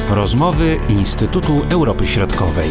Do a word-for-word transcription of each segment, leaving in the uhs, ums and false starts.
Rozmowy Instytutu Europy Środkowej.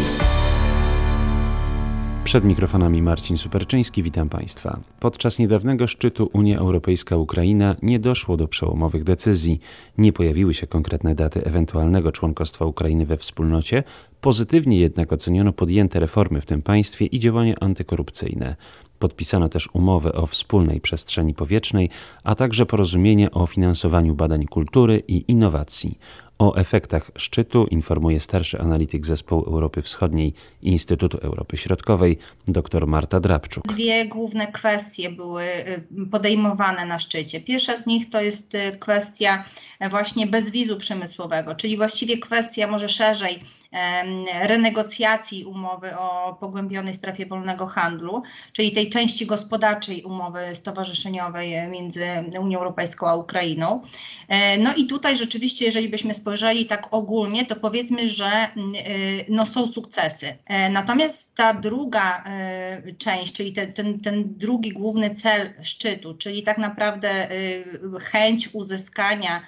Przed mikrofonami Marcin Superczyński, witam Państwa. Podczas niedawnego szczytu Unia Europejska-Ukraina nie doszło do przełomowych decyzji. Nie pojawiły się konkretne daty ewentualnego członkostwa Ukrainy we wspólnocie. Pozytywnie jednak oceniono podjęte reformy w tym państwie i działania antykorupcyjne. Podpisano też umowę o wspólnej przestrzeni powietrznej, a także porozumienie o finansowaniu badań kultury i innowacji. O efektach szczytu informuje starszy analityk Zespołu Europy Wschodniej Instytutu Europy Środkowej dr Marta Drabczuk. Dwie główne kwestie były podejmowane na szczycie. Pierwsza z nich to jest kwestia właśnie bezwizu przemysłowego, czyli właściwie kwestia może szerzej renegocjacji umowy o pogłębionej strefie wolnego handlu, czyli tej części gospodarczej umowy stowarzyszeniowej między Unią Europejską a Ukrainą. No i tutaj rzeczywiście, jeżeli byśmy spojrzeli tak ogólnie, to powiedzmy, że no, są sukcesy. Natomiast ta druga część, czyli ten, ten, ten drugi główny cel szczytu, czyli tak naprawdę chęć uzyskania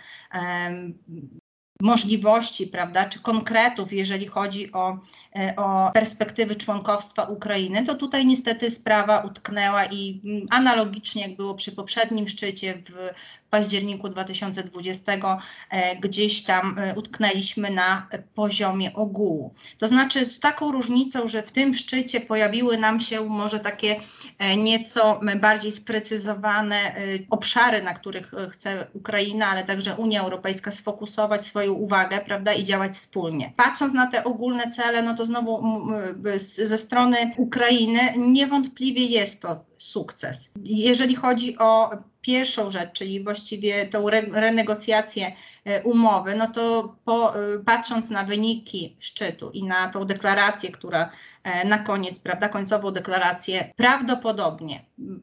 możliwości, prawda, czy konkretów, jeżeli chodzi o, o perspektywy członkostwa Ukrainy, to tutaj niestety sprawa utknęła i analogicznie jak było przy poprzednim szczycie w październiku dwa tysiące dwudziestego, gdzieś tam utknęliśmy na poziomie ogółu. To znaczy z taką różnicą, że w tym szczycie pojawiły nam się może takie nieco bardziej sprecyzowane obszary, na których chce Ukraina, ale także Unia Europejska sfokusować swoją uwagę, prawda, i działać wspólnie. Patrząc na te ogólne cele, no to znowu ze strony Ukrainy niewątpliwie jest to sukces. Jeżeli chodzi o pierwszą rzecz, czyli właściwie tą re renegocjację umowy, no to po, patrząc na wyniki szczytu i na tą deklarację, która na koniec, prawda, końcową deklarację, prawdopodobnie,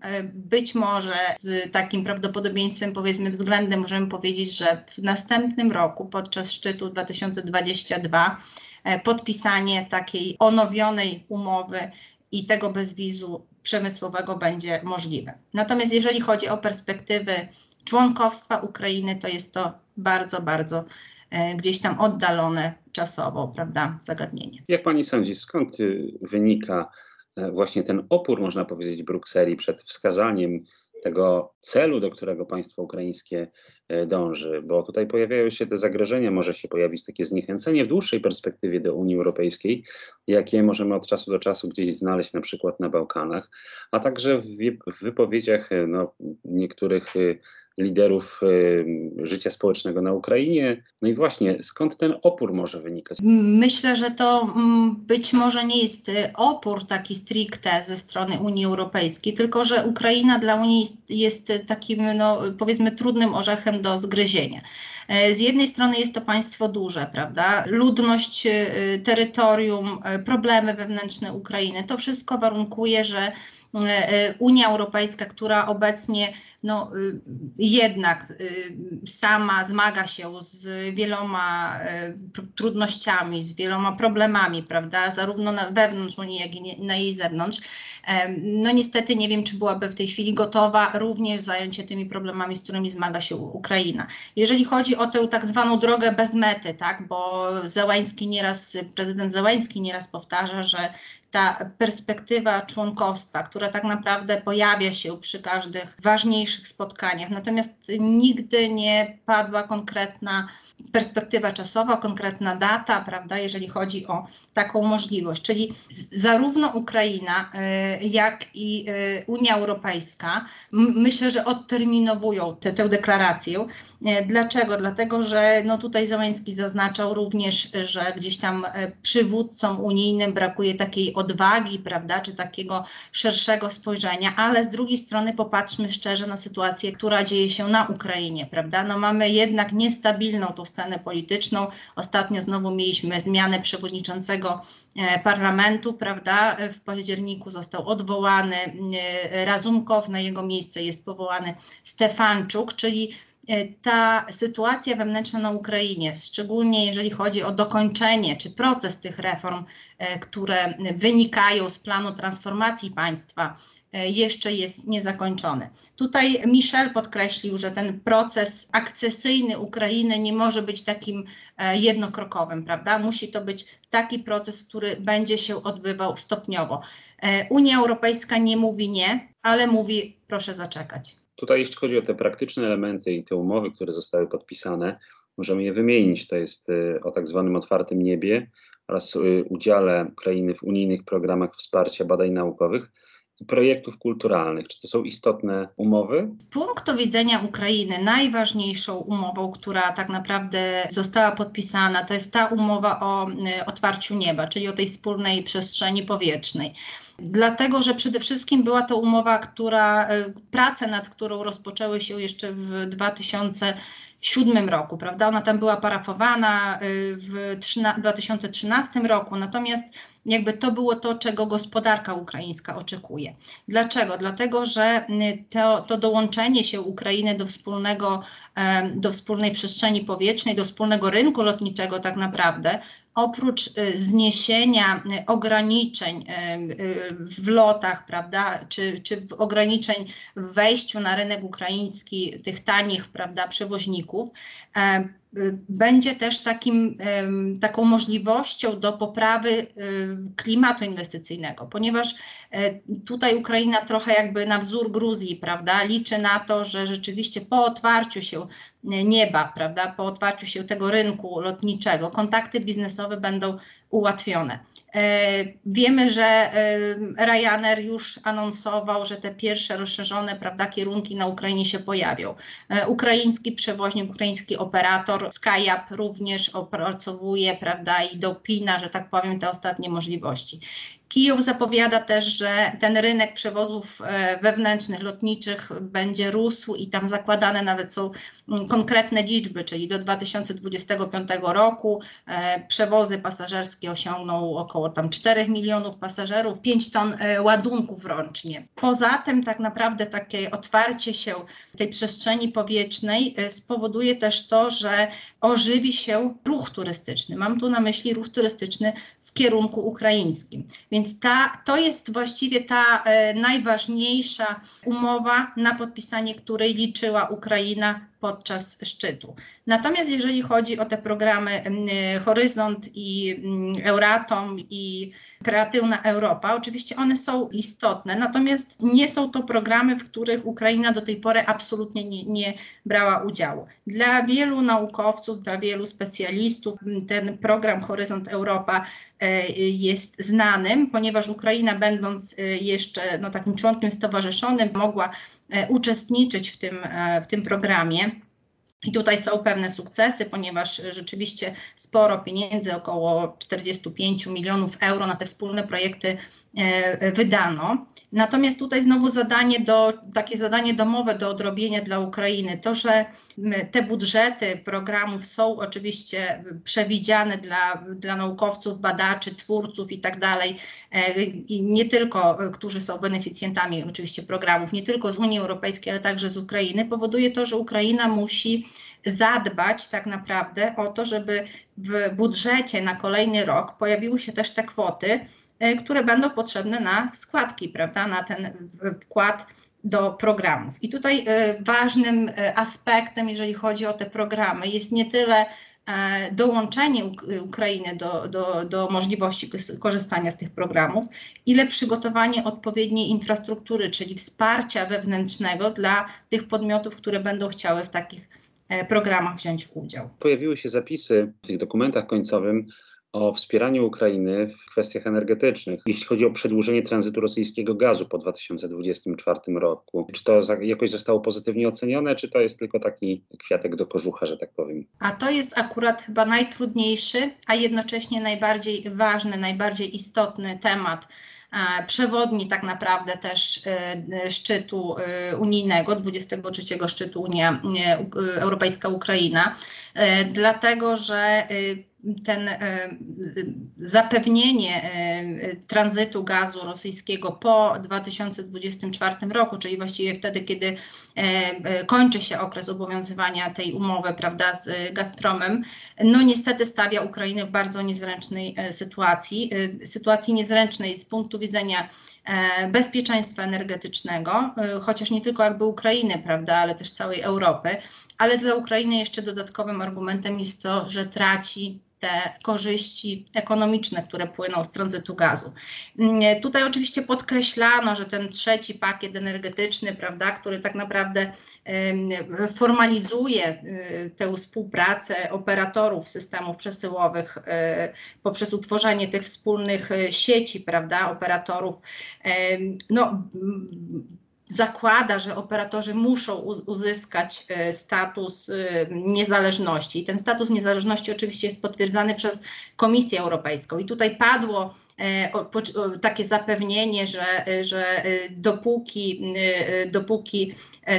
być może z takim prawdopodobieństwem, powiedzmy, względem możemy powiedzieć, że w następnym roku podczas szczytu dwa tysiące dwudziestego drugiego podpisanie takiej onowionej umowy i tego bezwizu przemysłowego będzie możliwe. Natomiast jeżeli chodzi o perspektywy członkostwa Ukrainy, to jest to bardzo, bardzo e, gdzieś tam oddalone czasowo, prawda, zagadnienie. Jak pani sądzi, skąd wynika właśnie ten opór, można powiedzieć, Brukseli przed wskazaniem tego celu, do którego państwo ukraińskie dąży, bo tutaj pojawiają się te zagrożenia, może się pojawić takie zniechęcenie w dłuższej perspektywie do Unii Europejskiej, jakie możemy od czasu do czasu gdzieś znaleźć na przykład na Bałkanach, a także w, w wypowiedziach no, niektórych liderów y, życia społecznego na Ukrainie. No i właśnie, skąd ten opór może wynikać? Myślę, że to m, być może nie jest opór taki stricte ze strony Unii Europejskiej, tylko że Ukraina dla Unii jest, jest takim, no, powiedzmy, trudnym orzechem do zgryzienia. Z jednej strony jest to państwo duże, prawda? Ludność, terytorium, problemy wewnętrzne Ukrainy. To wszystko warunkuje, że Unia Europejska, która obecnie no, jednak sama zmaga się z wieloma trudnościami, z wieloma problemami, prawda, zarówno na wewnątrz Unii, jak i na jej zewnątrz. No niestety nie wiem, czy byłaby w tej chwili gotowa również zająć się tymi problemami, z którymi zmaga się Ukraina. Jeżeli chodzi o tę tak zwaną drogę bez mety, tak, bo Zełenski nieraz, prezydent Zełenski nieraz powtarza, że ta perspektywa członkostwa, która tak naprawdę pojawia się przy każdych ważniejszych spotkaniach, natomiast nigdy nie padła konkretna perspektywa czasowa, konkretna data, prawda, jeżeli chodzi o taką możliwość. Czyli zarówno Ukraina, y, jak i y, Unia Europejska myślę, że odterminowują te, tę deklarację. Y, dlaczego? Dlatego, że no tutaj Zełenski zaznaczał również, że gdzieś tam y, przywódcom unijnym brakuje takiej odwagi, prawda, czy takiego szerszego spojrzenia, ale z drugiej strony popatrzmy szczerze na sytuację, która dzieje się na Ukrainie, prawda. No mamy jednak niestabilną tą scenę polityczną. Ostatnio znowu mieliśmy zmianę przewodniczącego parlamentu, prawda. W październiku został odwołany Razumkow, na jego miejsce jest powołany Stefanczuk, czyli ta sytuacja wewnętrzna na Ukrainie, szczególnie jeżeli chodzi o dokończenie czy proces tych reform, które wynikają z planu transformacji państwa, jeszcze jest niezakończony. Tutaj Michel podkreślił, że ten proces akcesyjny Ukrainy nie może być takim jednokrokowym, prawda? Musi to być taki proces, który będzie się odbywał stopniowo. Unia Europejska nie mówi nie, ale mówi proszę zaczekać. Tutaj jeśli chodzi o te praktyczne elementy i te umowy, które zostały podpisane, możemy je wymienić. To jest o tak zwanym otwartym niebie oraz udziale Ukrainy w unijnych programach wsparcia badań naukowych i projektów kulturalnych. Czy to są istotne umowy? Z punktu widzenia Ukrainy najważniejszą umową, która tak naprawdę została podpisana, to jest ta umowa o otwarciu nieba, czyli o tej wspólnej przestrzeni powietrznej. Dlatego, że przede wszystkim była to umowa, która, prace nad którą rozpoczęły się jeszcze w dwa tysiące siódmym roku, prawda? Ona tam była parafowana w dwa tysiące trzynastym roku, natomiast jakby to było to, czego gospodarka ukraińska oczekuje. Dlaczego? Dlatego, że to, to dołączenie się Ukrainy do wspólnego, do wspólnej przestrzeni powietrznej, do wspólnego rynku lotniczego tak naprawdę, oprócz zniesienia ograniczeń w lotach, prawda, czy, czy ograniczeń w wejściu na rynek ukraiński tych tanich, prawda, przewoźników, będzie też takim, taką możliwością do poprawy klimatu inwestycyjnego, ponieważ tutaj Ukraina trochę jakby na wzór Gruzji, prawda, liczy na to, że rzeczywiście po otwarciu się nieba, prawda, po otwarciu się tego rynku lotniczego, kontakty biznesowe będą ułatwione. Wiemy, że Ryanair już anonsował, że te pierwsze rozszerzone, prawda, kierunki na Ukrainie się pojawią. Ukraiński przewoźnik, ukraiński operator SkyUp również opracowuje, prawda, i dopina, że tak powiem, te ostatnie możliwości. Kijów zapowiada też, że ten rynek przewozów wewnętrznych, lotniczych będzie rósł i tam zakładane nawet są konkretne liczby, czyli do dwa tysiące dwudziestego piątego roku przewozy pasażerskie osiągną około tam czterech milionów pasażerów, pięć ton ładunków rocznie. Poza tym tak naprawdę takie otwarcie się tej przestrzeni powietrznej spowoduje też to, że ożywi się ruch turystyczny. Mam tu na myśli ruch turystyczny w kierunku ukraińskim. Więc ta, to jest właściwie ta e, najważniejsza umowa, na podpisanie której liczyła Ukraina podczas szczytu. Natomiast jeżeli chodzi o te programy y, Horyzont i y, Euratom i Kreatywna Europa, oczywiście one są istotne, natomiast nie są to programy, w których Ukraina do tej pory absolutnie nie, nie brała udziału. Dla wielu naukowców, dla wielu specjalistów ten program Horyzont Europa y, jest znanym, ponieważ Ukraina, będąc y, jeszcze no, takim członkiem stowarzyszonym, mogła y, uczestniczyć w tym, y, w tym programie. I tutaj są pewne sukcesy, ponieważ rzeczywiście sporo pieniędzy, około czterdzieści pięć milionów euro na te wspólne projekty e, wydano. Natomiast tutaj znowu zadanie do, takie zadanie domowe do odrobienia dla Ukrainy. To, że te budżety programów są oczywiście przewidziane dla, dla naukowców, badaczy, twórców i tak dalej. I nie tylko, którzy są beneficjentami oczywiście programów, nie tylko z Unii Europejskiej, ale także z Ukrainy, powoduje to, że Ukraina musi zadbać tak naprawdę o to, żeby w budżecie na kolejny rok pojawiły się też te kwoty, które będą potrzebne na składki, prawda, na ten wkład do programów. I tutaj ważnym aspektem, jeżeli chodzi o te programy, jest nie tyle dołączenie Ukrainy do, do, do możliwości korzystania z tych programów, ile przygotowanie odpowiedniej infrastruktury, czyli wsparcia wewnętrznego dla tych podmiotów, które będą chciały w takich programach wziąć udział. Pojawiły się zapisy w tych dokumentach końcowym o wspieraniu Ukrainy w kwestiach energetycznych, jeśli chodzi o przedłużenie tranzytu rosyjskiego gazu po dwa tysiące dwudziestym czwartym roku. Czy to jakoś zostało pozytywnie ocenione, czy to jest tylko taki kwiatek do kożucha, że tak powiem? A to jest akurat chyba najtrudniejszy, a jednocześnie najbardziej ważny, najbardziej istotny temat, przewodni tak naprawdę też szczytu unijnego, dwudziestego trzeciego szczytu Unia Europejska-Ukraina, dlatego że ten zapewnienie tranzytu gazu rosyjskiego po dwa tysiące dwudziestym czwartym roku, czyli właściwie wtedy, kiedy kończy się okres obowiązywania tej umowy, prawda, z Gazpromem, no niestety stawia Ukrainę w bardzo niezręcznej sytuacji. Sytuacji niezręcznej z punktu widzenia bezpieczeństwa energetycznego, chociaż nie tylko jakby Ukrainy, prawda, ale też całej Europy, ale dla Ukrainy jeszcze dodatkowym argumentem jest to, że traci te korzyści ekonomiczne, które płyną z tranzytu gazu. Tutaj oczywiście podkreślano, że ten trzeci pakiet energetyczny, prawda, który tak naprawdę um, formalizuje um, tę współpracę operatorów systemów przesyłowych um, poprzez utworzenie tych wspólnych sieci, prawda, operatorów, um, no, um, zakłada, że operatorzy muszą uzyskać status niezależności. I ten status niezależności oczywiście jest potwierdzany przez Komisję Europejską. I tutaj padło takie zapewnienie, że, że dopóki, dopóki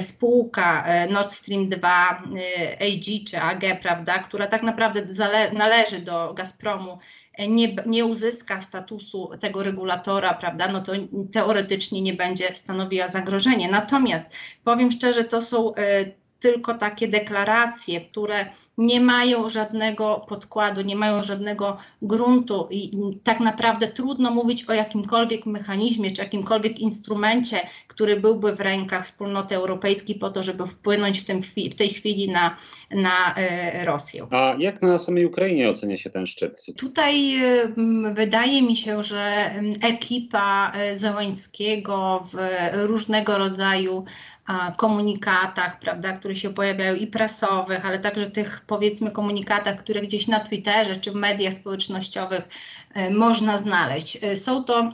spółka Nord Stream dwa A G czy A G, prawda, która tak naprawdę należy do Gazpromu, Nie, nie uzyska statusu tego regulatora, prawda, no to teoretycznie nie będzie stanowiła zagrożenie. Natomiast powiem szczerze, to są y, tylko takie deklaracje, które nie mają żadnego podkładu, nie mają żadnego gruntu i tak naprawdę trudno mówić o jakimkolwiek mechanizmie czy jakimkolwiek instrumencie, który byłby w rękach Wspólnoty Europejskiej po to, żeby wpłynąć w, tym, w tej chwili na, na y, Rosję. A jak na samej Ukrainie ocenia się ten szczyt? Tutaj y, wydaje mi się, że ekipa Zełańskiego w różnego rodzaju komunikatach, prawda, które się pojawiają i prasowych, ale także tych, powiedzmy, komunikatach, które gdzieś na Twitterze czy w mediach społecznościowych można znaleźć. Są to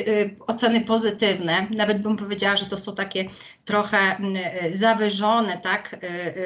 oceny pozytywne, nawet bym powiedziała, że to są takie trochę zawyżone, tak,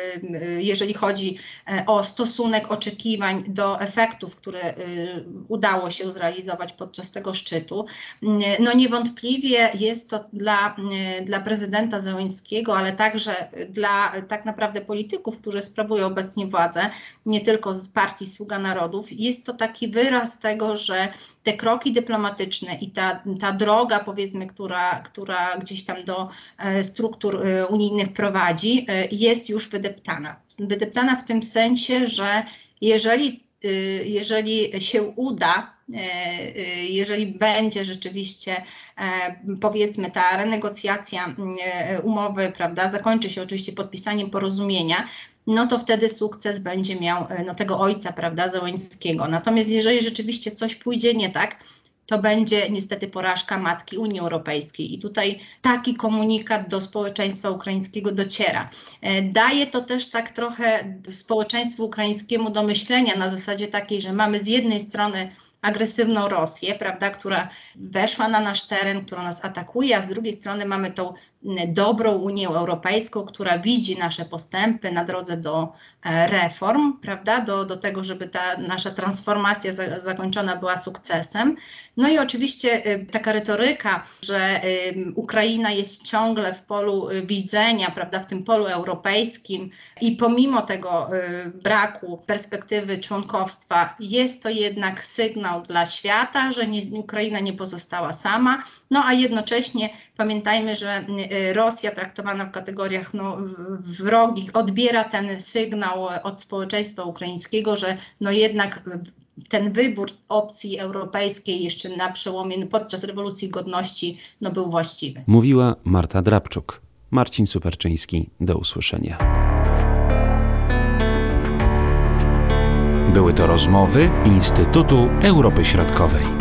jeżeli chodzi o stosunek oczekiwań do efektów, które udało się zrealizować podczas tego szczytu. No niewątpliwie jest to dla, dla prezydenta Zełańskiego, ale także dla tak naprawdę polityków, którzy sprawują obecnie władzę, nie tylko z partii Sługa Narodów, jest to taki wyraz tego, że te kroki dyplomatyczne i ta, ta droga, powiedzmy, która, która gdzieś tam do e, struktur e, unijnych prowadzi, e, jest już wydeptana. Wydeptana w tym sensie, że jeżeli, e, jeżeli się uda, e, e, jeżeli będzie rzeczywiście, e, powiedzmy, ta renegocjacja e, umowy, prawda, zakończy się oczywiście podpisaniem porozumienia, no to wtedy sukces będzie miał no, tego ojca, prawda, Zełańskiego. Natomiast jeżeli rzeczywiście coś pójdzie nie tak, to będzie niestety porażka matki Unii Europejskiej. I tutaj taki komunikat do społeczeństwa ukraińskiego dociera. Daje to też tak trochę społeczeństwu ukraińskiemu do myślenia na zasadzie takiej, że mamy z jednej strony agresywną Rosję, prawda, która weszła na nasz teren, która nas atakuje, a z drugiej strony mamy tą dobrą Unię Europejską, która widzi nasze postępy na drodze do reform, prawda, do, do tego, żeby ta nasza transformacja za, zakończona była sukcesem. No i oczywiście taka retoryka, że Ukraina jest ciągle w polu widzenia, prawda, w tym polu europejskim i pomimo tego braku perspektywy członkowstwa jest to jednak sygnał dla świata, że nie, Ukraina nie pozostała sama, no a jednocześnie pamiętajmy, że Rosja traktowana w kategoriach no, wrogich odbiera ten sygnał od społeczeństwa ukraińskiego, że no jednak ten wybór opcji europejskiej jeszcze na przełomie podczas rewolucji godności no, był właściwy. Mówiła Marta Drabczuk. Marcin Superczyński. Do usłyszenia. Były to rozmowy Instytutu Europy Środkowej.